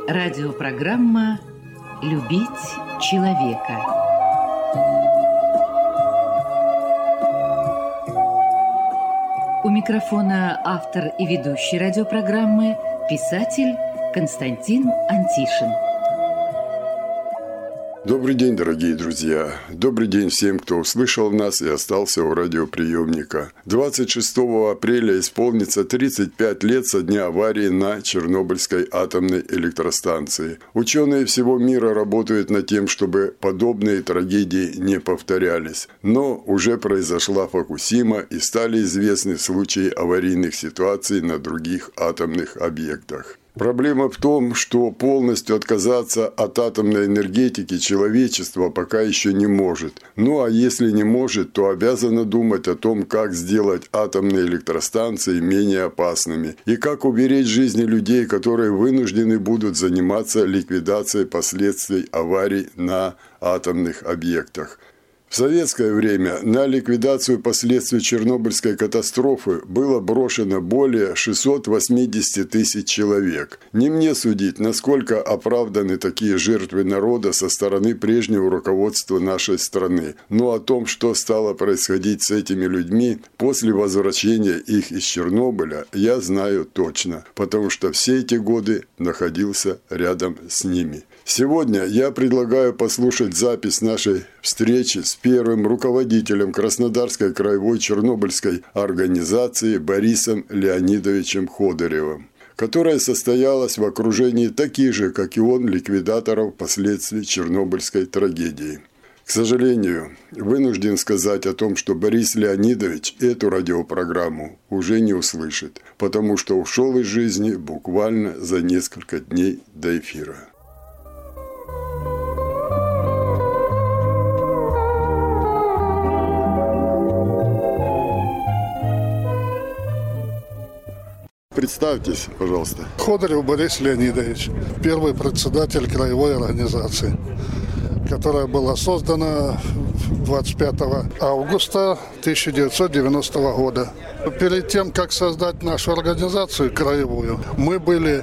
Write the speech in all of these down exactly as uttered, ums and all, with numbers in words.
Радиопрограмма «Любить человека». У микрофона автор и ведущий радиопрограммы, писатель Константин Антишин. Добрый день, дорогие друзья. Добрый день всем, кто услышал нас и остался у радиоприемника. двадцать шестого апреля исполнится тридцать пять лет со дня аварии на Чернобыльской атомной электростанции. Ученые всего мира работают над тем, чтобы подобные трагедии не повторялись. Но уже произошла Фукусима и стали известны случаи аварийных ситуаций на других атомных объектах. Проблема в том, что полностью отказаться от атомной энергетики человечество пока еще не может. Ну а если не может, то обязано думать о том, как сделать атомные электростанции менее опасными и как уберечь жизни людей, которые вынуждены будут заниматься ликвидацией последствий аварий на атомных объектах. В советское время на ликвидацию последствий Чернобыльской катастрофы было брошено более шестьсот восемьдесят тысяч человек. Не мне судить, насколько оправданы такие жертвы народа со стороны прежнего руководства нашей страны. Но о том, что стало происходить с этими людьми после возвращения их из Чернобыля, я знаю точно, потому что все эти годы находился рядом с ними. Сегодня я предлагаю послушать запись нашей встречи с первым руководителем Краснодарской краевой Чернобыльской организации Борисом Леонидовичем Ходыревым, которая состоялась в окружении таких же, как и он, ликвидаторов последствий Чернобыльской трагедии. К сожалению, вынужден сказать о том, что Борис Леонидович эту радиопрограмму уже не услышит, потому что ушел из жизни буквально за несколько дней до эфира. Представьтесь, пожалуйста. Ходырев Борис Леонидович, первый председатель краевой организации, которая была создана двадцать пятого августа тысяча девятьсот девяностого года. Перед тем, как создать нашу организацию краевую, мы были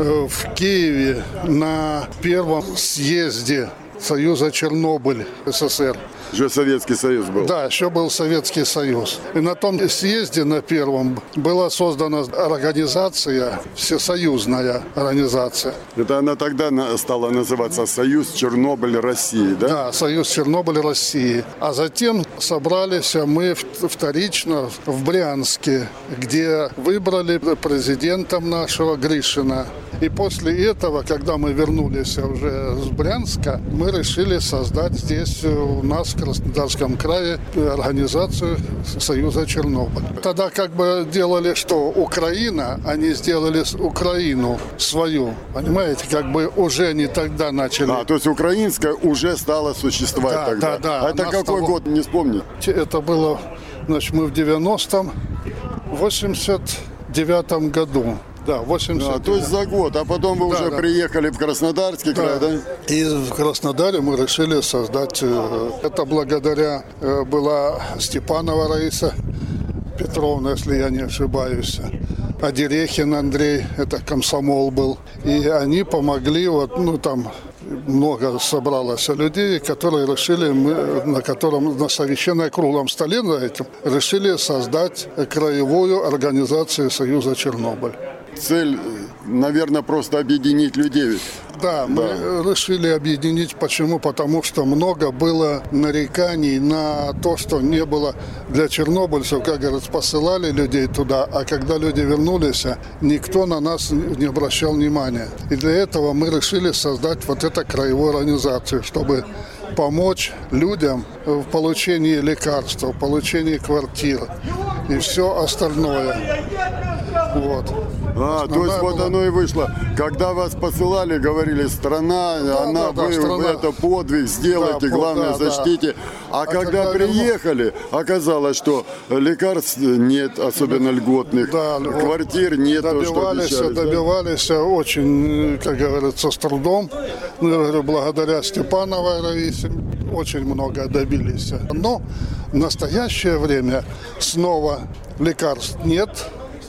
в Киеве на первом съезде Союза Чернобыль СССР. Уже Советский Союз был. Да, еще был Советский Союз. И на том съезде, на первом, была создана организация, всесоюзная организация. Это она тогда стала называться Союз Чернобыль России, да? Да, Союз Чернобыль России. А затем собрались мы вторично в Брянске, где выбрали президентом нашего Гришина. И после этого, когда мы вернулись уже с Брянска, мы решили создать здесь у нас в Краснодарском крае организацию Союза Чернобыль. Тогда как бы делали что? Украина, они сделали Украину свою. Понимаете, как бы уже они тогда начали. А, то есть украинская уже стала существовать да, тогда. Да, да. А это какой того... год, не вспомнить? Это было, значит, мы в девяностом, восемьдесят девятом году. Да, восемьдесят. Да, то есть за год, а потом вы да, уже да. приехали в Краснодарский да. край, да? И в Краснодаре мы решили создать, это благодаря была Степанова Раиса Петровна, если я не ошибаюсь, а Дерехин Андрей, это комсомол был. И они помогли, вот, ну там много собралось людей, которые решили, мы, на котором на совещании круглом столе на этом, решили создать краевую организацию Союза Чернобыль. Цель, наверное, просто объединить людей. Да, мы да. решили объединить. Почему? Потому что много было нареканий на то, что не было для чернобыльцев, как говорят, посылали людей туда, а когда люди вернулись, никто на нас не обращал внимания. И для этого мы решили создать вот эту краевую организацию, чтобы помочь людям в получении лекарств, в получении квартир и все остальное. Вот. А, то есть вот оно и вышло. Когда вас посылали, говорили, страна, да, она, да, вы, да, страна. это подвиг, сделайте, да, главное, да, защитите. А, а когда, когда приехали, оказалось, что лекарств нет, особенно льготных, да, квартир нет. Добивались, то, что добивались да? очень, как говорится, с трудом. Ну, я говорю, благодаря Степановой Раисе очень много добились. Но в настоящее время снова лекарств нет.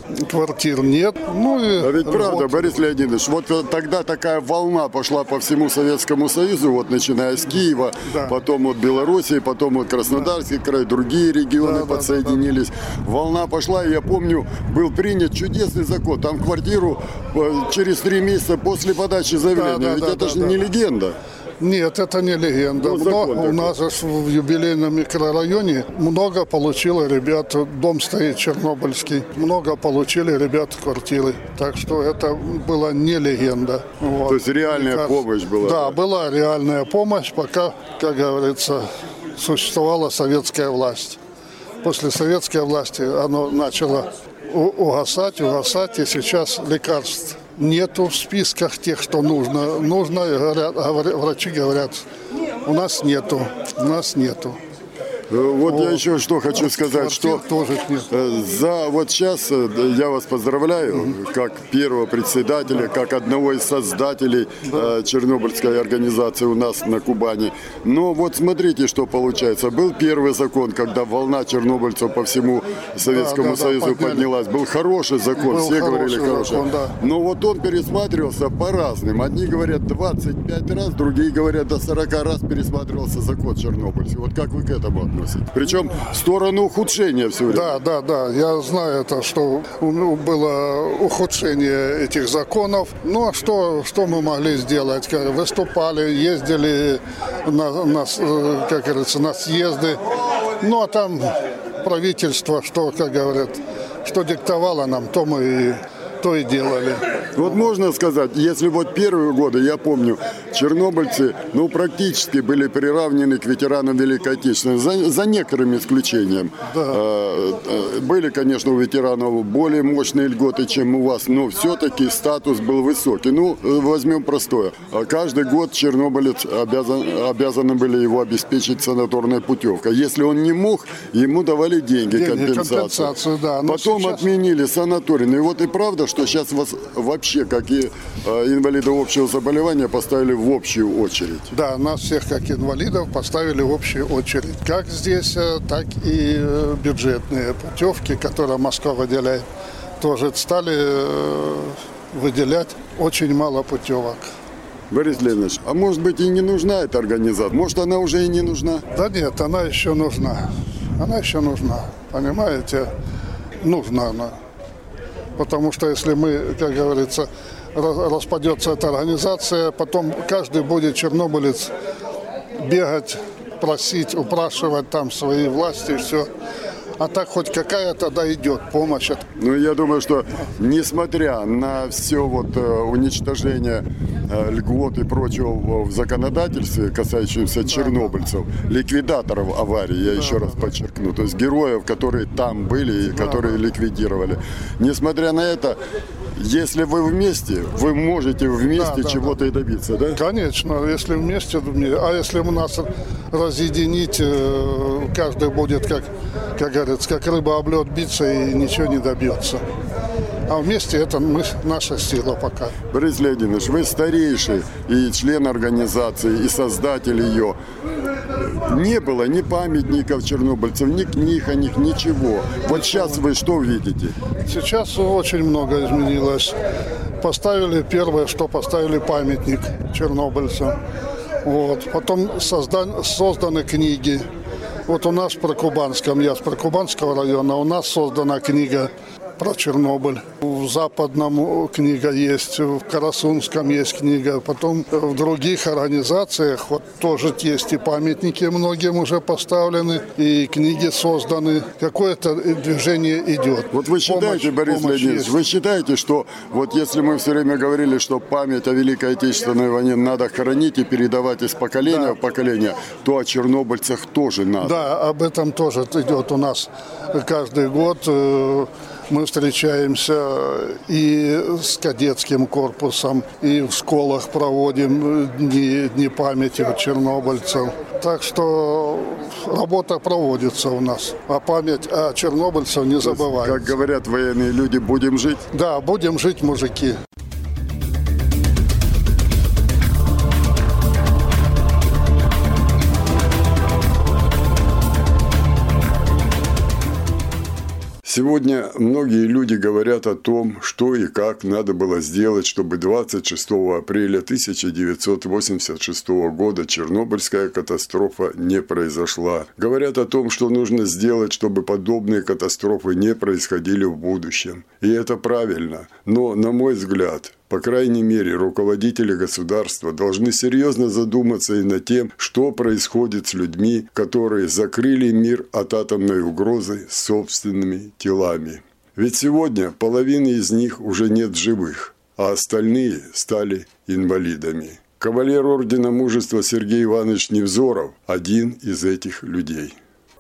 квартир нет. Ну, и а ведь правда, вот. Борис Леонидович, вот тогда такая волна пошла по всему Советскому Союзу, вот начиная с Киева, да. потом от Белоруссии, потом вот Краснодарский да. край, другие регионы да, подсоединились. Да, да, да. Волна пошла, и я помню, был принят чудесный закон. Там квартиру через три месяца после подачи заявления. Да, да, ведь да, это да, же да. не легенда. Нет, это не легенда. Ну, закон, у нас же в юбилейном микрорайоне много получило ребят, дом стоит чернобыльский, много получили ребят квартиры. Так что это была не легенда. Вот. То есть реальная как, помощь была? Да, была реальная помощь, пока, как говорится, существовала советская власть. После советской власти оно начало угасать, угасать, и сейчас лекарств нету в списках тех, что нужно. Нужно, говорят, говорят, врачи говорят, у нас нету, у нас нету. Вот, вот я еще что хочу вот, сказать, что тоже нет. За вот сейчас я вас поздравляю, mm-hmm. как первого председателя, как одного из создателей да. Чернобыльской организации у нас на Кубани. Но вот смотрите, что получается. Был первый закон, когда волна чернобыльцев по всему Советскому да, да, Союзу да, поднялась. Был хороший закон, был все хороший говорили хороший. Закон, да. Но вот он пересматривался по разным. Одни говорят двадцать пять раз, другие говорят до сорок раз пересматривался закон чернобыльский. Вот как вы к этому относитесь? Причем в сторону ухудшения все время. Да, да, да. Я знаю это, что было ухудшение этих законов. Ну а что, что мы могли сделать? Выступали, ездили на, на, как говорится, на съезды. Ну а там правительство, что, как говорят, что диктовало нам, то мы и то и делали. Вот можно сказать, если вот первые годы, я помню, чернобыльцы, ну, практически были приравнены к ветеранам Великой Отечественной, за, за некоторым исключением. Да. Были, конечно, у ветеранов более мощные льготы, чем у вас, но все-таки статус был высокий. Ну, возьмем простое. Каждый год чернобылец обязан, обязаны были его обеспечить санаторной путевкой. Если он не мог, ему давали деньги, деньги компенсацию. компенсацию да. Потом сейчас... отменили санаторий. Ну и вот и правда, что сейчас вас вообще, как и э, инвалидов общего заболевания, поставили в общую очередь. Да, нас всех, как инвалидов, поставили в общую очередь. Как здесь, так и э, бюджетные путевки, которые Москва выделяет, тоже стали э, выделять очень мало путевок. Борис Леонидович, а может быть и не нужна эта организация? Может, она уже и не нужна? Да нет, она еще нужна. Она еще нужна. Понимаете? Нужна она. Потому что если мы, как говорится, распадется эта организация, потом каждый будет чернобылец бегать, просить, упрашивать там свои власти и все. А так хоть какая-то да идет помощь. Ну, я думаю, что несмотря на все вот уничтожение льгот и прочего в законодательстве, касающемся чернобыльцев, ликвидаторов аварии, я еще раз подчеркну, то есть героев, которые там были и которые ликвидировали. Несмотря на это, если вы вместе, вы можете вместе да, да, чего-то да. и добиться, да? Конечно, если вместе, а если у нас разъединить, каждый будет, как, как говорится, как рыба об лед биться и ничего не добьется. А вместе это мы, наша сила пока. Борис Леонидович, вы старейший и член организации, и создатель ее. Не было ни памятников чернобыльцев, ни книг о них, ничего. Вот сейчас вы что видите? Сейчас очень много изменилось. Поставили первое, что поставили памятник чернобыльцам. Вот. Потом создан, созданы книги. Вот у нас в Прокубанском, я с Прокубанского района, у нас создана книга про Чернобыль. В Западном книга есть, в Карасунском есть книга. Потом в других организациях вот тоже есть и памятники многим уже поставлены, и книги созданы. Какое-то движение идет. Вот вы считаете, помощь, Борис Леонидович, вы считаете, что вот если мы все время говорили, что память о Великой Отечественной войне надо хранить и передавать из поколения да. в поколение, то о чернобыльцах тоже надо? Да, об этом тоже идет у нас каждый год. Мы встречаемся и с кадетским корпусом, и в школах проводим дни, дни памяти чернобыльцев. Так что работа проводится у нас. А память о чернобыльцах не забывается. Как говорят военные люди, будем жить? Да, будем жить, мужики. Сегодня многие люди говорят о том, что и как надо было сделать, чтобы двадцать шестого апреля тысяча девятьсот восемьдесят шестого года Чернобыльская катастрофа не произошла. Говорят о том, что нужно сделать, чтобы подобные катастрофы не происходили в будущем. И это правильно. Но, на мой взгляд, по крайней мере, руководители государства должны серьезно задуматься и над тем, что происходит с людьми, которые закрыли мир от атомной угрозы собственными телами. Ведь сегодня половины из них уже нет в живых, а остальные стали инвалидами. Кавалер Ордена Мужества Сергей Иванович Невзоров – один из этих людей.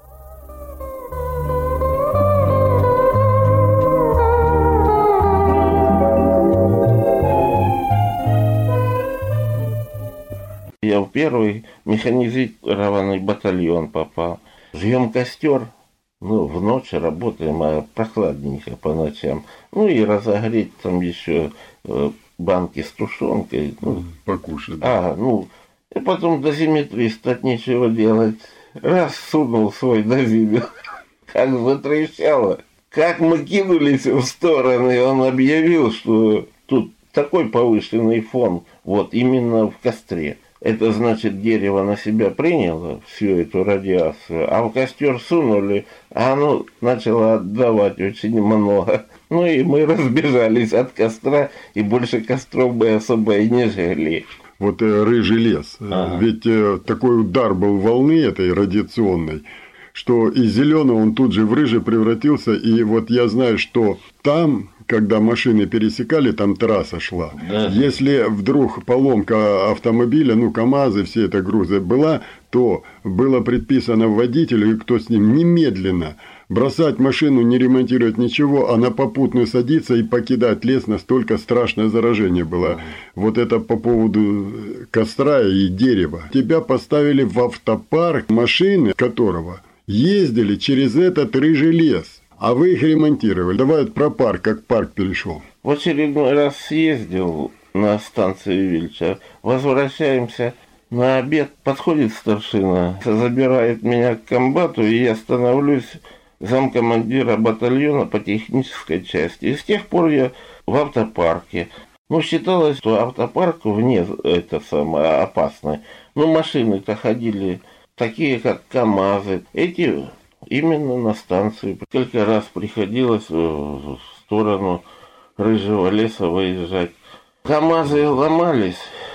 Я в первый механизированный батальон попал. Жьем костер, ну, в ночь работаем, а прохладненько по ночам. Ну, и разогреть там еще э, банки с тушенкой. Ну, покушать. Да. А, ну, и потом дозиметрист от нечего делать. Раз сунул свой дозиметр, как затрещало. Как мы кинулись в стороны, он объявил, что тут такой повышенный фон, вот, именно в костре. Это значит, дерево на себя приняло всю эту радиацию, а в костер сунули, а оно начало отдавать очень много. Ну и мы разбежались от костра, и больше костров мы особо и не жгли. Вот э, рыжий лес, ага. Ведь э, такой удар был волны этой радиационной, что из зеленого он тут же в рыжий превратился, и вот я знаю, что там... Когда машины пересекали, там трасса шла. Да. Если вдруг поломка автомобиля, ну, КАМАЗы, все это грузы была, то было предписано водителю, и кто с ним, немедленно бросать машину, не ремонтировать ничего, а на попутную садиться и покидать лес, настолько страшное заражение было. Да. Вот это по поводу костра и дерева. Тебя поставили в автопарк, машины которого ездили через этот рыжий лес. А вы их ремонтировали. Давай про парк, как парк перешел. В очередной раз съездил на станцию Вильча. Возвращаемся на обед. Подходит старшина, забирает меня к комбату, и я становлюсь замкомандира батальона по технической части. И с тех пор я в автопарке. Ну, считалось, что автопарк вне это самое опасное. Ну, машины-то ходили такие, как КАМАЗы. Эти... Именно на станцию. Несколько раз приходилось в сторону рыжего леса выезжать. КАМАЗы ломались.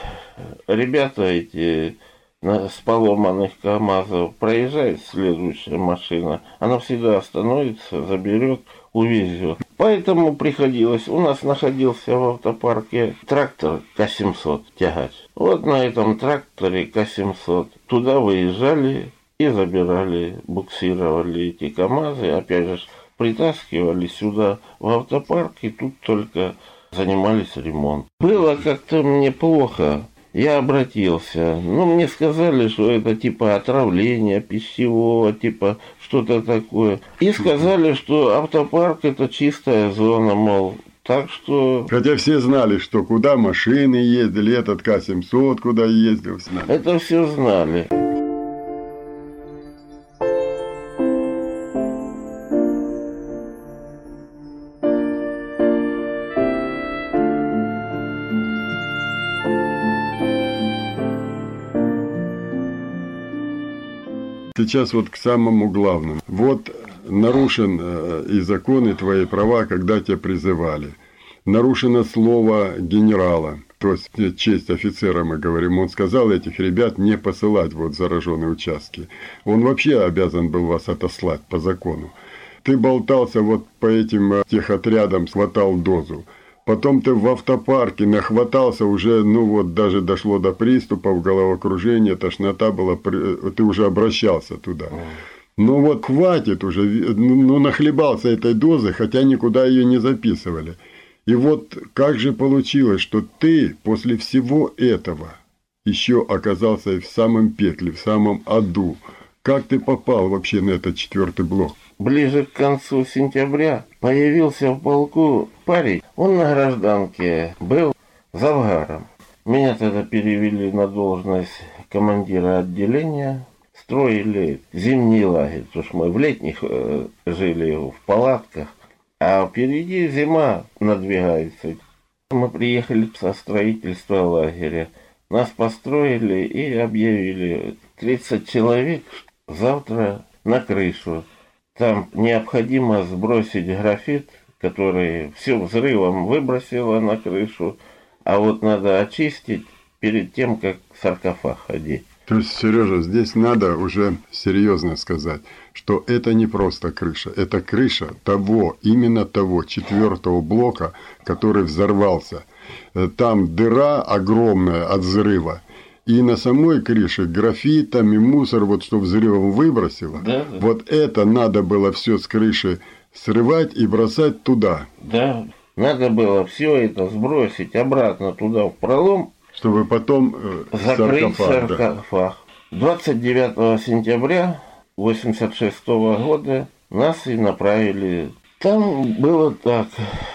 Ребята эти с поломанных КАМАЗов проезжает следующая машина. Она всегда остановится, заберет, увезет. Поэтому приходилось. У нас находился в автопарке трактор К семьсот тягач. Вот на этом тракторе К семьсот туда выезжали и забирали, буксировали эти КАМАЗы, опять же, притаскивали сюда в автопарк, и тут только занимались ремонтом. Было как-то мне плохо, я обратился, ну, мне сказали, что это типа отравление пищевого, типа что-то такое. И сказали, что автопарк это чистая зона, мол, так что... Хотя все знали, что куда машины ездили, этот К семьсот куда ездил. Знали. Это все знали. Сейчас вот к самому главному. Вот нарушен э, и законы, твои права, когда тебя призывали. Нарушено слово генерала, то есть честь офицера, мы говорим. Он сказал этих ребят не посылать вот в зараженные участки. Он вообще обязан был вас отослать по закону. Ты болтался вот по этим техотрядам, хватал дозу. Потом ты в автопарке нахватался уже, ну вот даже дошло до приступов, головокружения, тошнота была, ты уже обращался туда. Ну вот хватит уже, ну нахлебался этой дозы, хотя никуда ее не записывали. И вот как же получилось, что ты после всего этого еще оказался и в самом пекле, в самом аду. Как ты попал вообще на этот четвертый блок? Ближе к концу сентября появился в полку парень. Он на гражданке был завгаром. Меня тогда перевели на должность командира отделения. строили зимний лагерь, потому что мы в летних э, жили в палатках, а впереди зима надвигается. Мы приехали со строительства лагеря, нас построили и объявили тридцать человек завтра на крышу. Там необходимо сбросить графит, который все взрывом выбросило на крышу, а вот надо очистить перед тем, как саркофаг одеть. То есть, Сережа, здесь надо уже серьезно сказать, что это не просто крыша, это крыша того, именно того четвертого блока, который взорвался. Там дыра огромная от взрыва, и на самой крыше графитом и мусор, вот что взрывом выбросило, да, да. Вот это надо было все с крыши срывать и бросать туда. Да, надо было все это сбросить обратно туда, в пролом, чтобы потом э, закрыть саркофаг. саркофаг. Да. двадцать девятого сентября восемьдесят шестого года нас и направили. Там было так,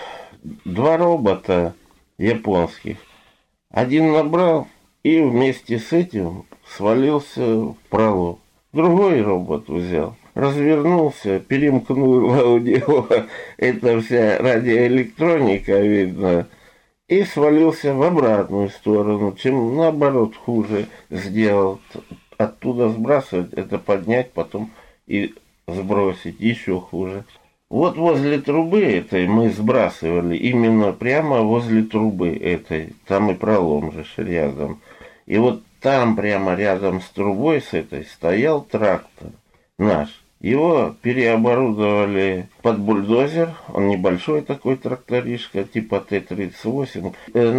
два робота японских. Один набрал и вместе с этим свалился в пролом. Другой робот взял, развернулся, перемкнула у него эта вся радиоэлектроника, видно, и свалился в обратную сторону, чем наоборот хуже сделал. Оттуда сбрасывать, это поднять, потом и сбросить, еще хуже. Вот возле трубы этой мы сбрасывали, именно прямо возле трубы этой, там и пролом же рядом. И вот там прямо рядом с трубой с этой стоял трактор наш. Его переоборудовали под бульдозер, он небольшой такой тракторишка, типа Т тридцать восемь.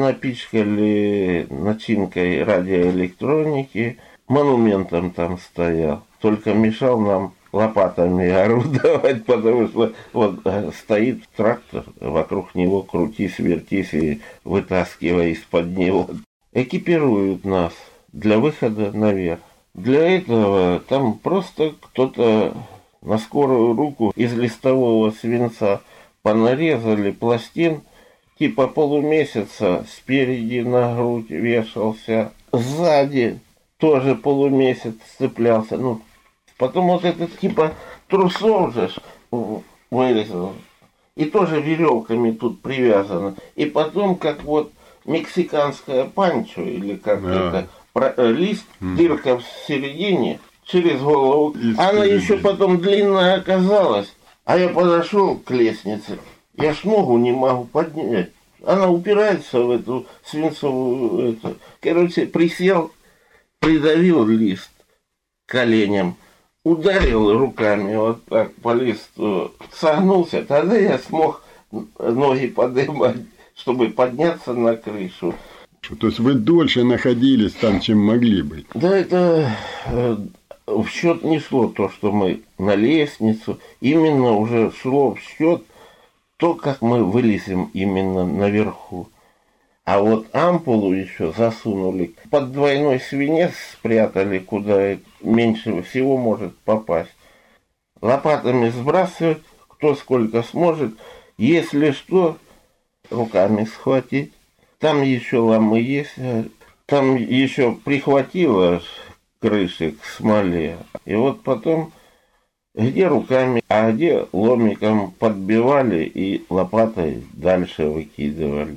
Напичкали начинкой радиоэлектроники, монументом там стоял. Только мешал нам лопатами орудовать, потому что вот стоит трактор, вокруг него крутись, вертись и вытаскивай из-под него. Экипируют нас для выхода наверх. Для этого там просто кто-то на скорую руку из листового свинца понарезали пластин, типа полумесяца спереди на грудь вешался, сзади тоже полумесяц цеплялся. Ну, потом вот этот типа трусов же вырезал, и тоже веревками тут привязано. И потом как вот мексиканская панчо или как это... лист, дырка в середине, через голову. И она впереди. Еще потом длинная оказалась. А я подошел к лестнице, я ж ногу не могу поднять. Она упирается в эту свинцовую... Это. Короче, присел, придавил лист коленям, ударил руками вот так по листу, согнулся. Тогда я смог ноги поднимать, чтобы подняться на крышу. То есть вы дольше находились там, чем могли быть? Да, это э, в счет не шло то, что мы на лестницу. Именно уже шло в счет то, как мы вылезем именно наверху. А вот ампулу еще засунули, под двойной свинец спрятали, куда меньше всего может попасть. Лопатами сбрасывать, кто сколько сможет. Если что, руками схватить. Там еще ломы есть, там еще прихватило крыши к смоле. И вот потом где руками, а где ломиком подбивали и лопатой дальше выкидывали.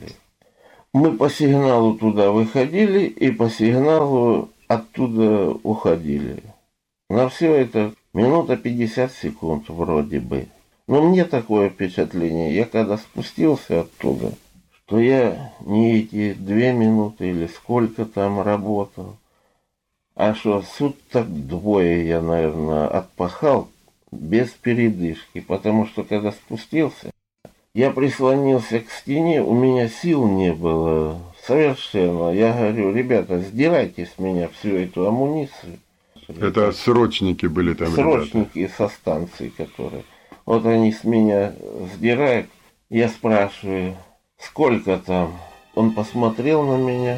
Мы по сигналу туда выходили и по сигналу оттуда уходили. На все это минута пятьдесят секунд вроде бы. Но мне такое впечатление, я когда спустился оттуда, что я не эти две минуты или сколько там работал, а что суток двое я, наверное, отпахал без передышки, потому что когда спустился, я прислонился к стене, у меня сил не было совершенно. Я говорю, ребята, сдирайте с меня всю эту амуницию. Это срочники были там, Срочники ребята. Со станции, которые. Вот они с меня сдирают, я спрашиваю, сколько там? Он посмотрел на меня.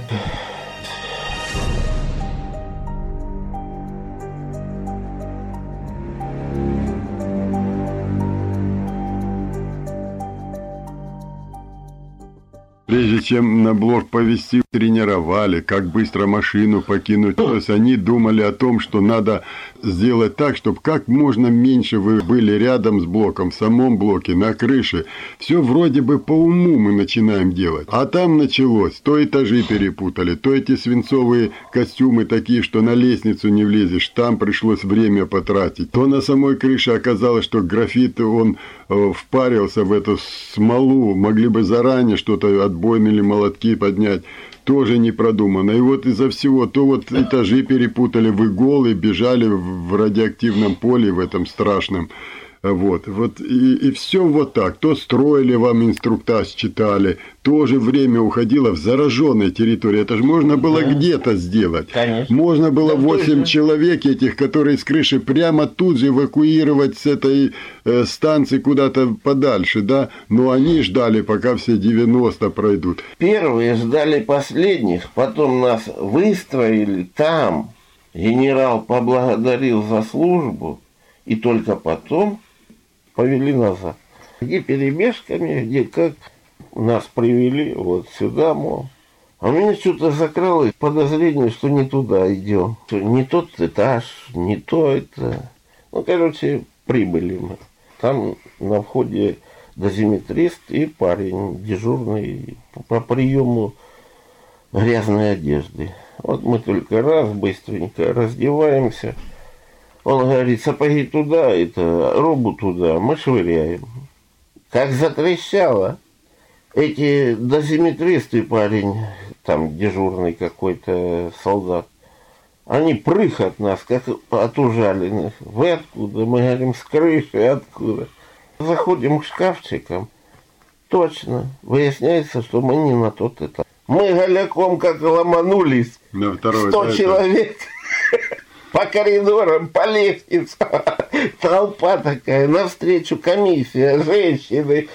прежде чем на блок повезти, тренировали, как быстро машину покинуть. То есть они думали о том, что надо сделать так, чтобы как можно меньше вы были рядом с блоком, в самом блоке, на крыше. Все вроде бы по уму мы начинаем делать. А там началось. То этажи перепутали, то эти свинцовые костюмы такие, что на лестницу не влезешь. Там пришлось время потратить. То на самой крыше оказалось, что графит, он э, впарился в эту смолу. Могли бы заранее что-то, отбойные или молотки поднять. Тоже не продумано. И вот из-за всего, то вот этажи перепутали, вы голые, бежали в радиоактивном поле, в этом страшном. Вот, вот и, и все вот так. То строили вам инструктаж, читали, тоже время уходило в зараженной территории. Это же можно было да. где-то сделать. Конечно. Можно было восемь человек этих, которые с крыши прямо тут же эвакуировать с этой э, станции куда-то подальше, да. Но они ждали, пока все девяносто пройдут. Первые ждали последних, потом нас выстроили там. Генерал поблагодарил за службу, и только потом повели назад. Где перебежками, где как нас привели вот сюда, мол. А у меня что-то закралось подозрение, что не туда идем. Что не тот этаж, не то это. Ну, короче, прибыли мы. Там на входе дозиметрист и парень дежурный по приему грязной одежды. Вот мы только раз быстренько раздеваемся. Он говорит, сапоги туда, это, робу туда, мы швыряем. Как затрещало. Эти дозиметристы, парень, там дежурный какой-то солдат, они прых от нас, как от ужаленных. Вы откуда? Мы говорим, с крыши, откуда? Заходим к шкафчикам. Точно. Выясняется, что мы не на тот этап. Мы голяком как ломанулись. На второй Сто человек. По коридорам, по лестнице, толпа такая, навстречу комиссия, женщины.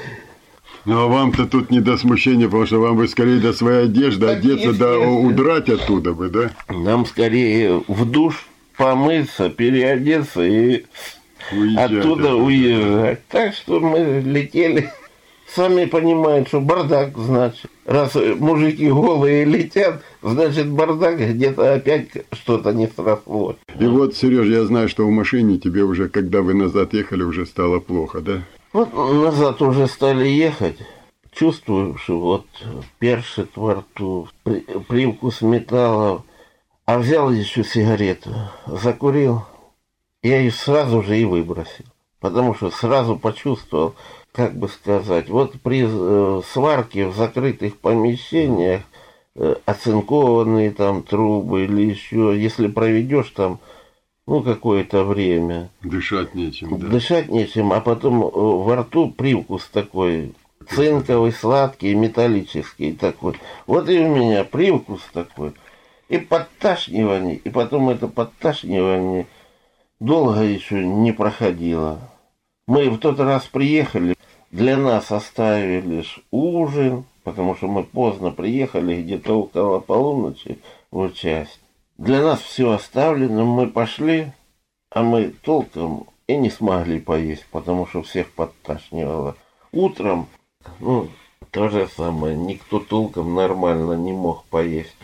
Ну, а вам-то тут не до смущения, потому что вам бы скорее до своей одежды так одеться, да удрать оттуда бы, да? Нам скорее в душ помыться, переодеться и уезжать оттуда это, уезжать. Да. Так что мы летели. Сами понимают, что бардак, значит. Раз мужики голые летят, значит бардак, где-то опять что-то не срослось. И вот, Сереж, я знаю, что в машине тебе уже, когда вы назад ехали, уже стало плохо, да? Вот назад уже стали ехать. Чувствую, что вот першит во рту, привкус металла. А взял еще сигарету, закурил, я ее сразу же и выбросил. Потому что сразу почувствовал, как бы сказать, вот при э, сварке в закрытых помещениях э, оцинкованные там трубы или еще, если проведешь там, ну, какое-то время. Дышать нечем, да. Дышать нечем, а потом э, во рту привкус такой, цинковый, сладкий, металлический такой. Вот и у меня привкус такой. И подташнивание, и потом это подташнивание долго еще не проходило. Мы в тот раз приехали, для нас оставили ужин, потому что мы поздно приехали, где-то около полуночи в часть. Для нас все оставлено, мы пошли, а мы толком и не смогли поесть, потому что всех подташнивало. Утром, ну, то же самое, никто толком нормально не мог поесть.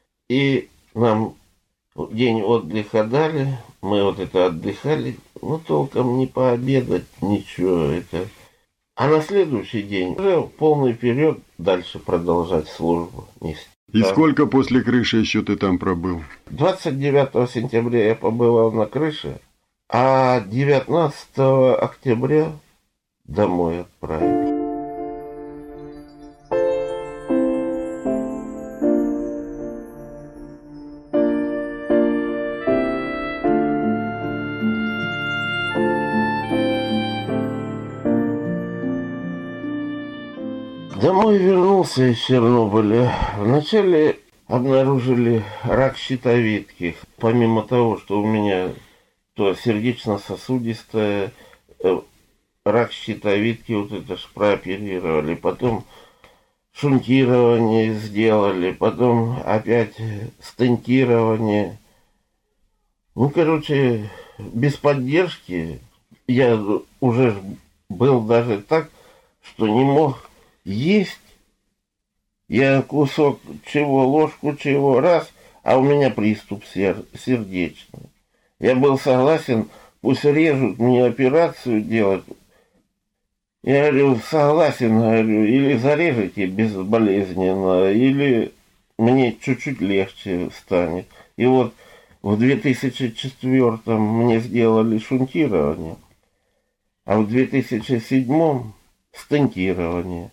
И нам день отдыха дали, мы вот это отдыхали, ну, толком не пообедать, ничего, это... А на следующий день уже полный вперед дальше продолжать службу нести. И да. Сколько после крыши еще ты там пробыл? двадцать девятого сентября я побывал на крыше, а девятнадцатого октября домой отправили. Домой вернулся из Чернобыля. Вначале обнаружили рак щитовидки. Помимо того, что у меня то сердечно-сосудистая, рак щитовидки, вот это ж прооперировали. Потом шунтирование сделали. Потом опять стентирование. Ну, короче, без поддержки я уже был даже так, что не мог есть Я кусок чего, ложку чего, раз, а у меня приступ сер- сердечный. Я был согласен, пусть режут мне операцию делать. Я говорю, согласен, говорю, или зарежете безболезненно, или мне чуть-чуть легче станет. И вот в две тысячи четвёртом мне сделали шунтирование, а в две тысячи седьмом стентирование.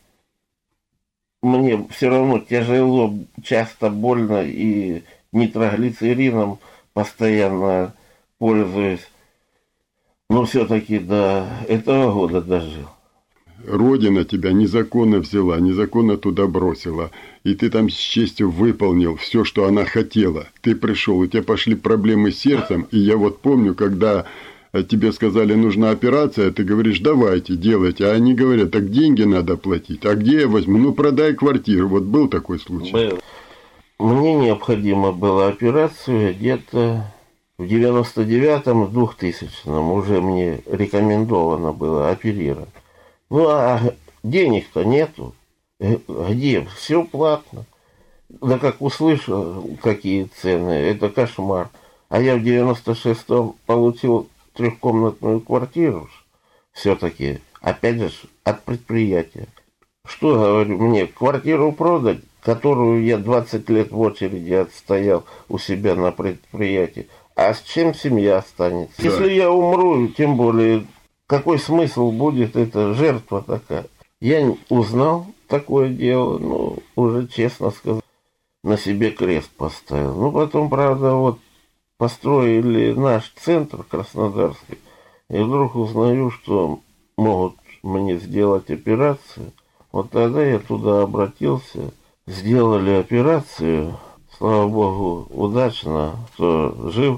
Мне все равно тяжело, часто больно, и нитроглицерином постоянно пользуюсь. Но все-таки до этого года дожил. Родина тебя незаконно взяла, незаконно туда бросила. И ты там с честью выполнил все, что она хотела. Ты пришел, у тебя пошли проблемы с сердцем. И я вот помню, когда тебе сказали, нужна операция, ты говоришь, давайте, делайте. А они говорят, так деньги надо платить. А где я возьму? Ну, продай квартиру. Вот был такой случай? Был. Мне необходимо было операцию где-то в девяносто девятом, двухтысячном. Уже мне рекомендовано было оперировать. Ну, а денег-то нету. Где? Все платно. Да как услышал, какие цены, это кошмар. А я в девяносто шестом получил трехкомнатную квартиру. Все-таки, опять же, от предприятия. Что, говорю, мне квартиру продать, которую я двадцать лет в очереди отстоял у себя на предприятии. А с чем семья останется? Да. Если я умру, тем более... Какой смысл будет эта жертва такая? Я узнал такое дело, ну, уже честно сказать, на себе крест поставил. Ну, потом, правда, вот построили наш центр краснодарский, и вдруг узнаю, что могут мне сделать операцию. Вот тогда я туда обратился, сделали операцию, слава богу, удачно, что жив.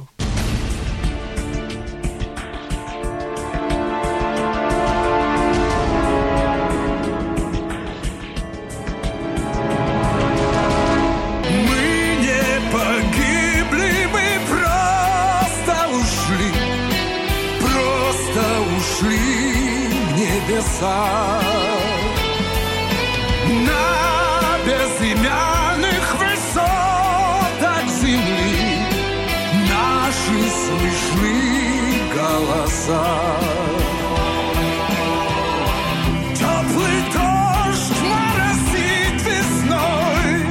На безымянных высотах земли наши слышны голоса. Теплый дождь моросит весной,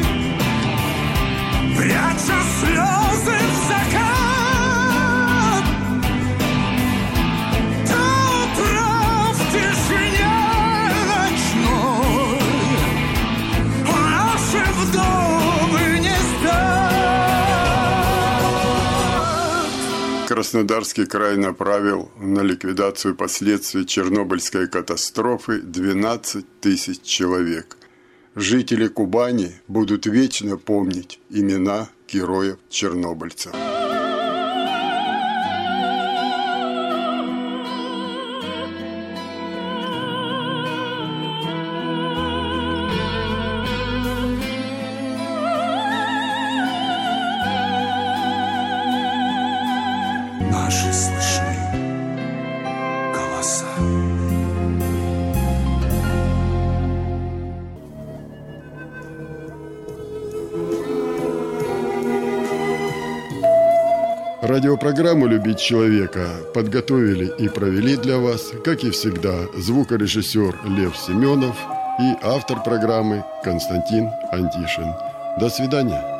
пряча слезы в закат. Краснодарский край направил на ликвидацию последствий Чернобыльской катастрофы двенадцать тысяч человек. Жители Кубани будут вечно помнить имена героев-чернобыльцев. Наши слышны голоса. Радиопрограмму «Любить человека» подготовили и провели для вас, как и всегда, звукорежиссер Лев Семенов и автор программы Константин Антишин. До свидания.